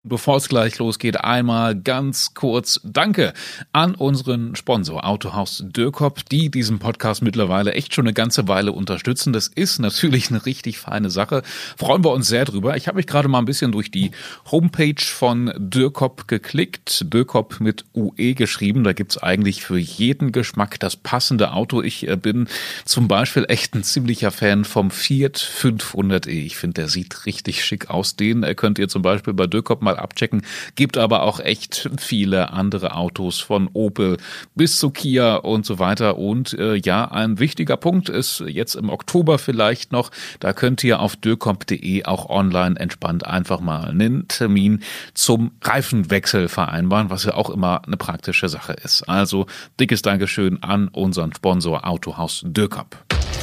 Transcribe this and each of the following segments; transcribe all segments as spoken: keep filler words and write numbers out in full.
Bevor es gleich losgeht, einmal ganz kurz Danke an unseren Sponsor Autohaus Dürkop, die diesen Podcast mittlerweile echt schon eine ganze Weile unterstützen. Das ist natürlich eine richtig feine Sache. Freuen wir uns sehr drüber. Ich habe mich gerade mal ein bisschen durch die Homepage von Dürkop geklickt. Dürkop mit U E geschrieben. Da gibt's eigentlich für jeden Geschmack das passende Auto. Ich bin zum Beispiel echt ein ziemlicher Fan vom Fiat fünfhundert e. Ich finde, der sieht richtig schick aus. Den könnt ihr zum Beispiel bei Dürkop mal abchecken. Gibt aber auch echt viele andere Autos von Opel bis zu Kia und so weiter. Und äh, ja, ein wichtiger Punkt ist jetzt im Oktober vielleicht noch, da könnt ihr auf dürkop punkt de auch online entspannt einfach mal einen Termin zum Reifenwechsel vereinbaren, was ja auch immer eine praktische Sache ist. Also dickes Dankeschön an unseren Sponsor Autohaus Dürkop.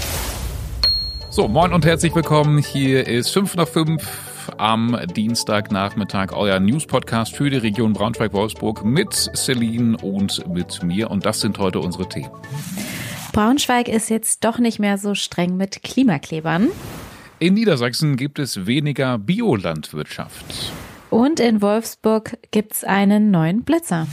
So, moin und herzlich willkommen. Hier ist fünf nach fünf. Am Dienstagnachmittag euer News-Podcast für die Region Braunschweig-Wolfsburg mit Celine und mit mir. Und das sind heute unsere Themen. Braunschweig ist jetzt doch nicht mehr so streng mit Klimaklebern. In Niedersachsen gibt es weniger Biolandwirtschaft. Und in Wolfsburg gibt's einen neuen Blitzer.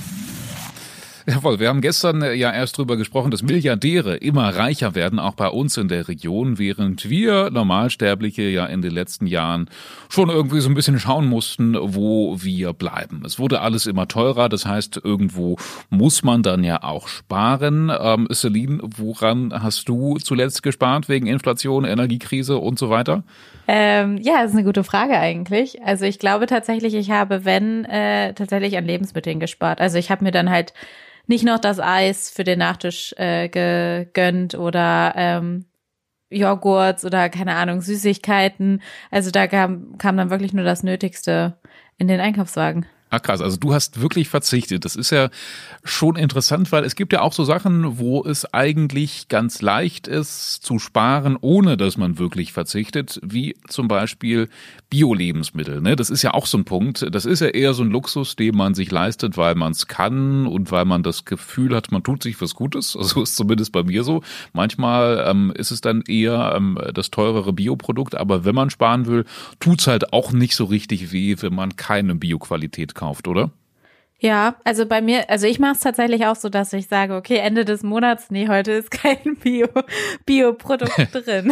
Jawohl, wir haben gestern ja erst drüber gesprochen, dass Milliardäre immer reicher werden, auch bei uns in der Region, während wir Normalsterbliche ja in den letzten Jahren schon irgendwie so ein bisschen schauen mussten, wo wir bleiben. Es wurde alles immer teurer, das heißt, irgendwo muss man dann ja auch sparen. Ähm, Celine, woran hast du zuletzt gespart wegen Inflation, Energiekrise und so weiter? Ähm, ja, das ist eine gute Frage eigentlich. Also ich glaube tatsächlich, ich habe, wenn, äh, tatsächlich an Lebensmitteln gespart. Also ich habe mir dann halt nicht noch das Eis für den Nachtisch äh, gegönnt oder ähm, Joghurts oder keine Ahnung, Süßigkeiten. Also da kam, kam dann wirklich nur das Nötigste in den Einkaufswagen. Ah, krass, also du hast wirklich verzichtet. Das ist ja schon interessant, weil es gibt ja auch so Sachen, wo es eigentlich ganz leicht ist zu sparen, ohne dass man wirklich verzichtet, wie zum Beispiel Bio-Lebensmittel. Ne? Das ist ja auch so ein Punkt. Das ist ja eher so ein Luxus, den man sich leistet, weil man es kann und weil man das Gefühl hat, man tut sich was Gutes. Also ist zumindest bei mir so. Manchmal ähm, ist es dann eher ähm, das teurere Bioprodukt, aber wenn man sparen will, tut's halt auch nicht so richtig weh, wenn man keine Bioqualität kauft, oder? Ja, also bei mir, also ich mache es tatsächlich auch so, dass ich sage, okay, Ende des Monats, nee, heute ist kein Bio, Bioprodukt drin.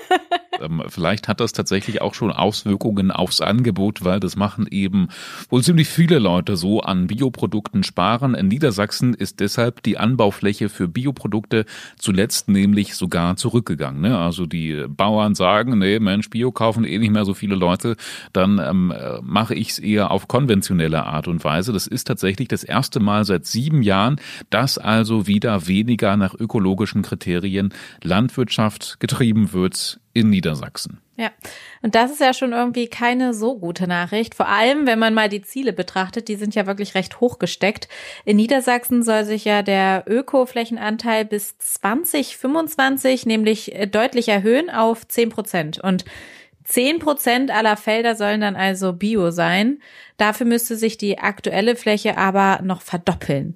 Vielleicht hat das tatsächlich auch schon Auswirkungen aufs Angebot, weil das machen eben wohl ziemlich viele Leute so, an Bioprodukten sparen. In Niedersachsen ist deshalb die Anbaufläche für Bioprodukte zuletzt nämlich sogar zurückgegangen. Ne? Also die Bauern sagen, nee, Mensch, Bio kaufen eh nicht mehr so viele Leute, dann ähm, mache ich es eher auf konventionelle Art und Weise. Das ist tatsächlich das erste Mal seit sieben Jahren, dass also wieder weniger nach ökologischen Kriterien Landwirtschaft getrieben wird in Niedersachsen. Ja, und das ist ja schon irgendwie keine so gute Nachricht. Vor allem, wenn man mal die Ziele betrachtet, die sind ja wirklich recht hoch gesteckt. In Niedersachsen soll sich ja der Ökoflächenanteil bis zwanzig fünfundzwanzig nämlich deutlich erhöhen auf zehn Prozent. Und zehn Prozent aller Felder sollen dann also Bio sein. Dafür müsste sich die aktuelle Fläche aber noch verdoppeln.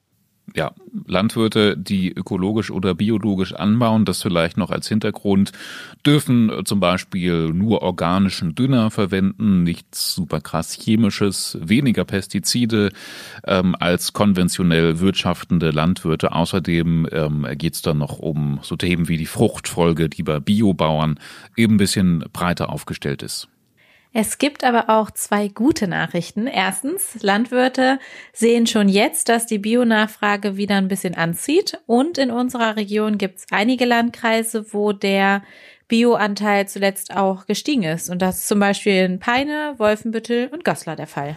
Ja, Landwirte, die ökologisch oder biologisch anbauen, das vielleicht noch als Hintergrund, dürfen zum Beispiel nur organischen Dünger verwenden, nichts super krass Chemisches, weniger Pestizide ähm, als konventionell wirtschaftende Landwirte. Außerdem ähm, geht es dann noch um so Themen wie die Fruchtfolge, die bei Biobauern eben ein bisschen breiter aufgestellt ist. Es gibt aber auch zwei gute Nachrichten. Erstens, Landwirte sehen schon jetzt, dass die Bio-Nachfrage wieder ein bisschen anzieht. Und in unserer Region gibt es einige Landkreise, wo der Bio-Anteil zuletzt auch gestiegen ist. Und das ist zum Beispiel in Peine, Wolfenbüttel und Goslar der Fall.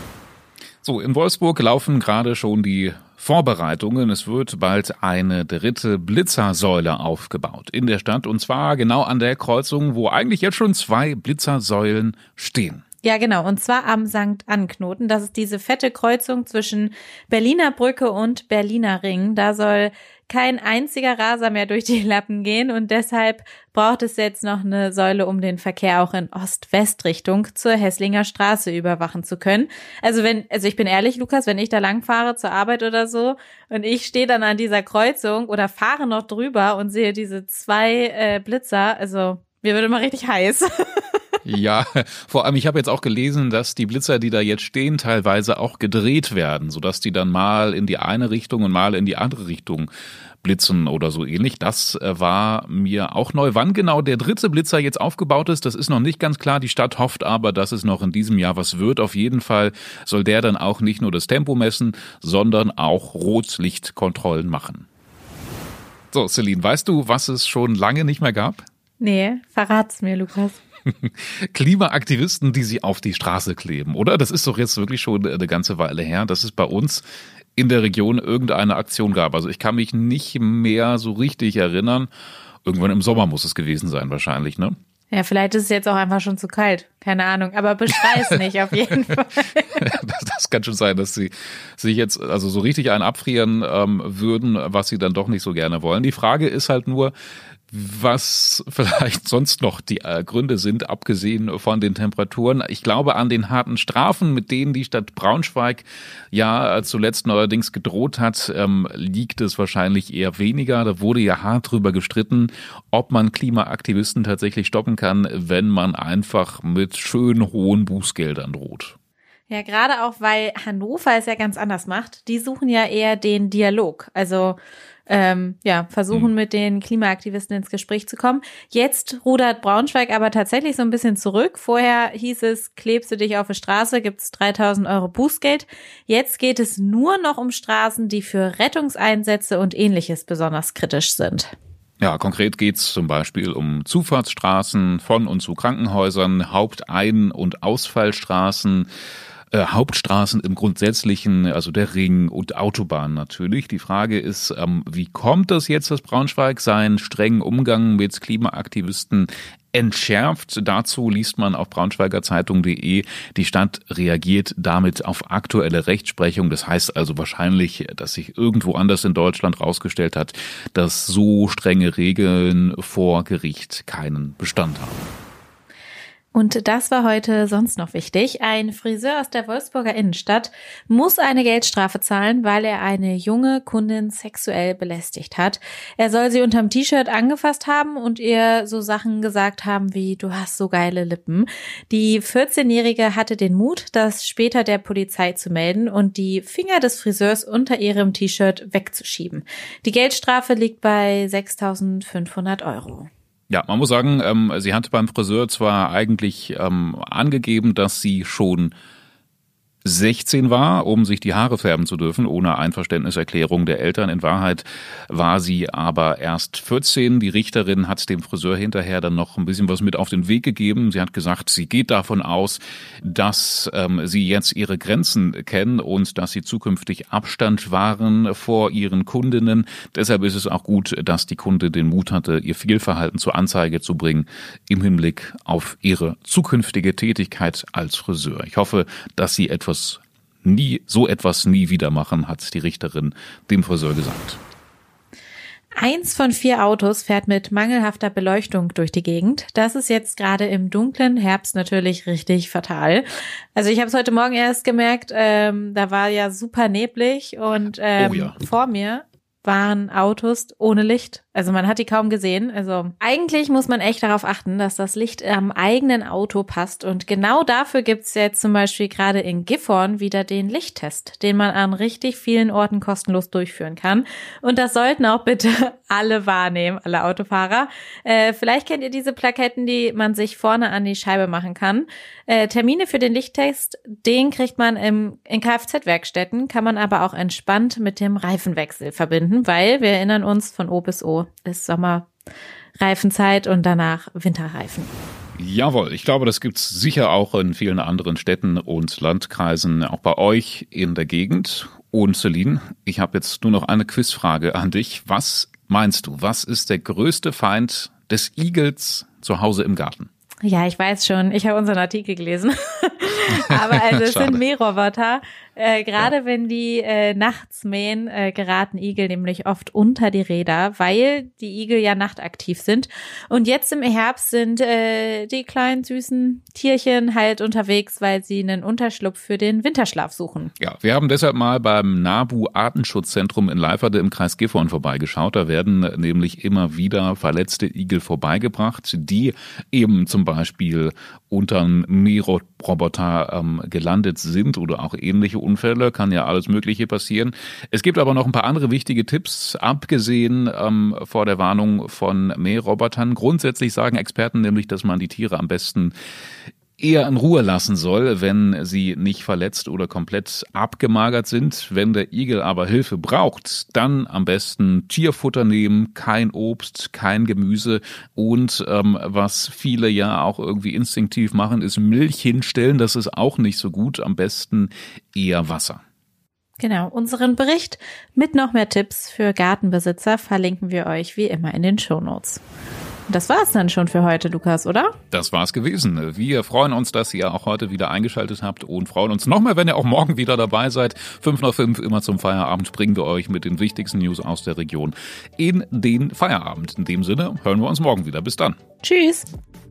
So, in Wolfsburg laufen gerade schon die Vorbereitungen. Es wird bald eine dritte Blitzersäule aufgebaut in der Stadt, und zwar genau an der Kreuzung, wo eigentlich jetzt schon zwei Blitzersäulen stehen. Ja, genau. Und zwar am Sankt Ann-Knoten. Das ist diese fette Kreuzung zwischen Berliner Brücke und Berliner Ring. Da soll kein einziger Raser mehr durch die Lappen gehen, und deshalb braucht es jetzt noch eine Säule, um den Verkehr auch in Ost-West-Richtung zur Hesslinger Straße überwachen zu können. Also wenn, also ich bin ehrlich, Lukas, wenn ich da lang fahre zur Arbeit oder so und ich stehe dann an dieser Kreuzung oder fahre noch drüber und sehe diese zwei äh, Blitzer, also mir wird immer richtig heiß. Ja, vor allem, ich habe jetzt auch gelesen, dass die Blitzer, die da jetzt stehen, teilweise auch gedreht werden, sodass die dann mal in die eine Richtung und mal in die andere Richtung blitzen oder so ähnlich. Das war mir auch neu. Wann genau der dritte Blitzer jetzt aufgebaut ist, das ist noch nicht ganz klar. Die Stadt hofft aber, dass es noch in diesem Jahr was wird. Auf jeden Fall soll der dann auch nicht nur das Tempo messen, sondern auch Rotlichtkontrollen machen. So, Celine, weißt du, was es schon lange nicht mehr gab? Nee, verrat's mir, Lukas. Klimaaktivisten, die sie auf die Straße kleben, oder? Das ist doch jetzt wirklich schon eine ganze Weile her, dass es bei uns in der Region irgendeine Aktion gab. Also ich kann mich nicht mehr so richtig erinnern. Irgendwann im Sommer muss es gewesen sein wahrscheinlich, ne? Ja, vielleicht ist es jetzt auch einfach schon zu kalt. Keine Ahnung, aber beschrei es nicht, auf jeden Fall. das, das kann schon sein, dass sie sich jetzt also so richtig einen abfrieren ähm, würden, was sie dann doch nicht so gerne wollen. Die Frage ist halt nur, was vielleicht sonst noch die äh, Gründe sind, abgesehen von den Temperaturen. Ich glaube, an den harten Strafen, mit denen die Stadt Braunschweig ja äh, zuletzt neuerdings gedroht hat, ähm, liegt es wahrscheinlich eher weniger. Da wurde ja hart drüber gestritten, ob man Klimaaktivisten tatsächlich stoppen kann, wenn man einfach mit schön hohen Bußgeldern droht. Ja, gerade auch, weil Hannover es ja ganz anders macht. Die suchen ja eher den Dialog. Also ähm, ja, versuchen mit den Klimaaktivisten ins Gespräch zu kommen. Jetzt rudert Braunschweig aber tatsächlich so ein bisschen zurück. Vorher hieß es, klebst du dich auf die Straße, gibt's dreitausend Euro Bußgeld. Jetzt geht es nur noch um Straßen, die für Rettungseinsätze und Ähnliches besonders kritisch sind. Ja, konkret geht's zum Beispiel um Zufahrtsstraßen von und zu Krankenhäusern, Hauptein- und Ausfallstraßen, Äh, Hauptstraßen im Grundsätzlichen, also der Ring und Autobahn natürlich. Die Frage ist, ähm, wie kommt das jetzt, dass Braunschweig seinen strengen Umgang mit Klimaaktivisten entschärft? Dazu liest man auf braunschweiger zeitung punkt de. Die Stadt reagiert damit auf aktuelle Rechtsprechung. Das heißt also wahrscheinlich, dass sich irgendwo anders in Deutschland rausgestellt hat, dass so strenge Regeln vor Gericht keinen Bestand haben. Und das war heute sonst noch wichtig. Ein Friseur aus der Wolfsburger Innenstadt muss eine Geldstrafe zahlen, weil er eine junge Kundin sexuell belästigt hat. Er soll sie unterm T-Shirt angefasst haben und ihr so Sachen gesagt haben wie, du hast so geile Lippen. Die vierzehnjährige hatte den Mut, das später der Polizei zu melden und die Finger des Friseurs unter ihrem T-Shirt wegzuschieben. Die Geldstrafe liegt bei sechstausendfünfhundert Euro. Ja, man muss sagen, ähm, sie hat beim Friseur zwar eigentlich ähm, angegeben, dass sie schon sechzehn war, um sich die Haare färben zu dürfen, ohne Einverständniserklärung der Eltern. In Wahrheit war sie aber erst vierzehn. Die Richterin hat dem Friseur hinterher dann noch ein bisschen was mit auf den Weg gegeben. Sie hat gesagt, sie geht davon aus, dass ähm, sie jetzt ihre Grenzen kennen und dass sie zukünftig Abstand wahren vor ihren Kundinnen. Deshalb ist es auch gut, dass die Kunde den Mut hatte, ihr Fehlverhalten zur Anzeige zu bringen im Hinblick auf ihre zukünftige Tätigkeit als Friseur. Ich hoffe, dass sie etwas nie, so etwas nie wieder machen, hat die Richterin dem Friseur gesagt. Eins von vier Autos fährt mit mangelhafter Beleuchtung durch die Gegend. Das ist jetzt gerade im dunklen Herbst natürlich richtig fatal. Also ich habe es heute Morgen erst gemerkt, ähm, da war ja super neblig und ähm, oh ja. vor mir waren Autos ohne Licht. Also man hat die kaum gesehen. Also eigentlich muss man echt darauf achten, dass das Licht am eigenen Auto passt. Und genau dafür gibt's jetzt zum Beispiel gerade in Gifhorn wieder den Lichttest, den man an richtig vielen Orten kostenlos durchführen kann. Und das sollten auch bitte alle wahrnehmen, alle Autofahrer. Äh, vielleicht kennt ihr diese Plaketten, die man sich vorne an die Scheibe machen kann. Äh, Termine für den Lichttest, den kriegt man im, in Kfz-Werkstätten, kann man aber auch entspannt mit dem Reifenwechsel verbinden, weil wir erinnern uns, von O bis O ist Sommerreifenzeit und danach Winterreifen. Jawohl, ich glaube, das gibt's sicher auch in vielen anderen Städten und Landkreisen, auch bei euch in der Gegend. Und Celine, ich habe jetzt nur noch eine Quizfrage an dich. Was meinst du, was ist der größte Feind des Igels zu Hause im Garten? Ja, ich weiß schon. Ich habe unseren Artikel gelesen. Aber also es sind Mähroboter. Äh, Gerade ja. wenn die äh, nachts mähen, äh, geraten Igel nämlich oft unter die Räder, weil die Igel ja nachtaktiv sind. Und jetzt im Herbst sind äh, die kleinen süßen Tierchen halt unterwegs, weil sie einen Unterschlupf für den Winterschlaf suchen. Ja, wir haben deshalb mal beim NABU Artenschutzzentrum in Leiferde im Kreis Gifhorn vorbeigeschaut. Da werden nämlich immer wieder verletzte Igel vorbeigebracht, die eben zum Beispiel unter einem Mähroboter ähm, gelandet sind oder auch ähnliche Unfälle. Kann ja alles Mögliche passieren. Es gibt aber noch ein paar andere wichtige Tipps, abgesehen ähm, vor der Warnung von Mährobotern. Grundsätzlich sagen Experten nämlich, dass man die Tiere am besten eher in Ruhe lassen soll, wenn sie nicht verletzt oder komplett abgemagert sind. Wenn der Igel aber Hilfe braucht, dann am besten Tierfutter nehmen, kein Obst, kein Gemüse und ähm, was viele ja auch irgendwie instinktiv machen, ist Milch hinstellen. Das ist auch nicht so gut. Am besten eher Wasser. Genau, unseren Bericht mit noch mehr Tipps für Gartenbesitzer verlinken wir euch wie immer in den Shownotes. Das war's dann schon für heute, Lukas, oder? Das war's gewesen. Wir freuen uns, dass ihr auch heute wieder eingeschaltet habt und freuen uns noch mehr, wenn ihr auch morgen wieder dabei seid. fünf nach fünf, immer zum Feierabend, bringen wir euch mit den wichtigsten News aus der Region in den Feierabend. In dem Sinne hören wir uns morgen wieder. Bis dann. Tschüss.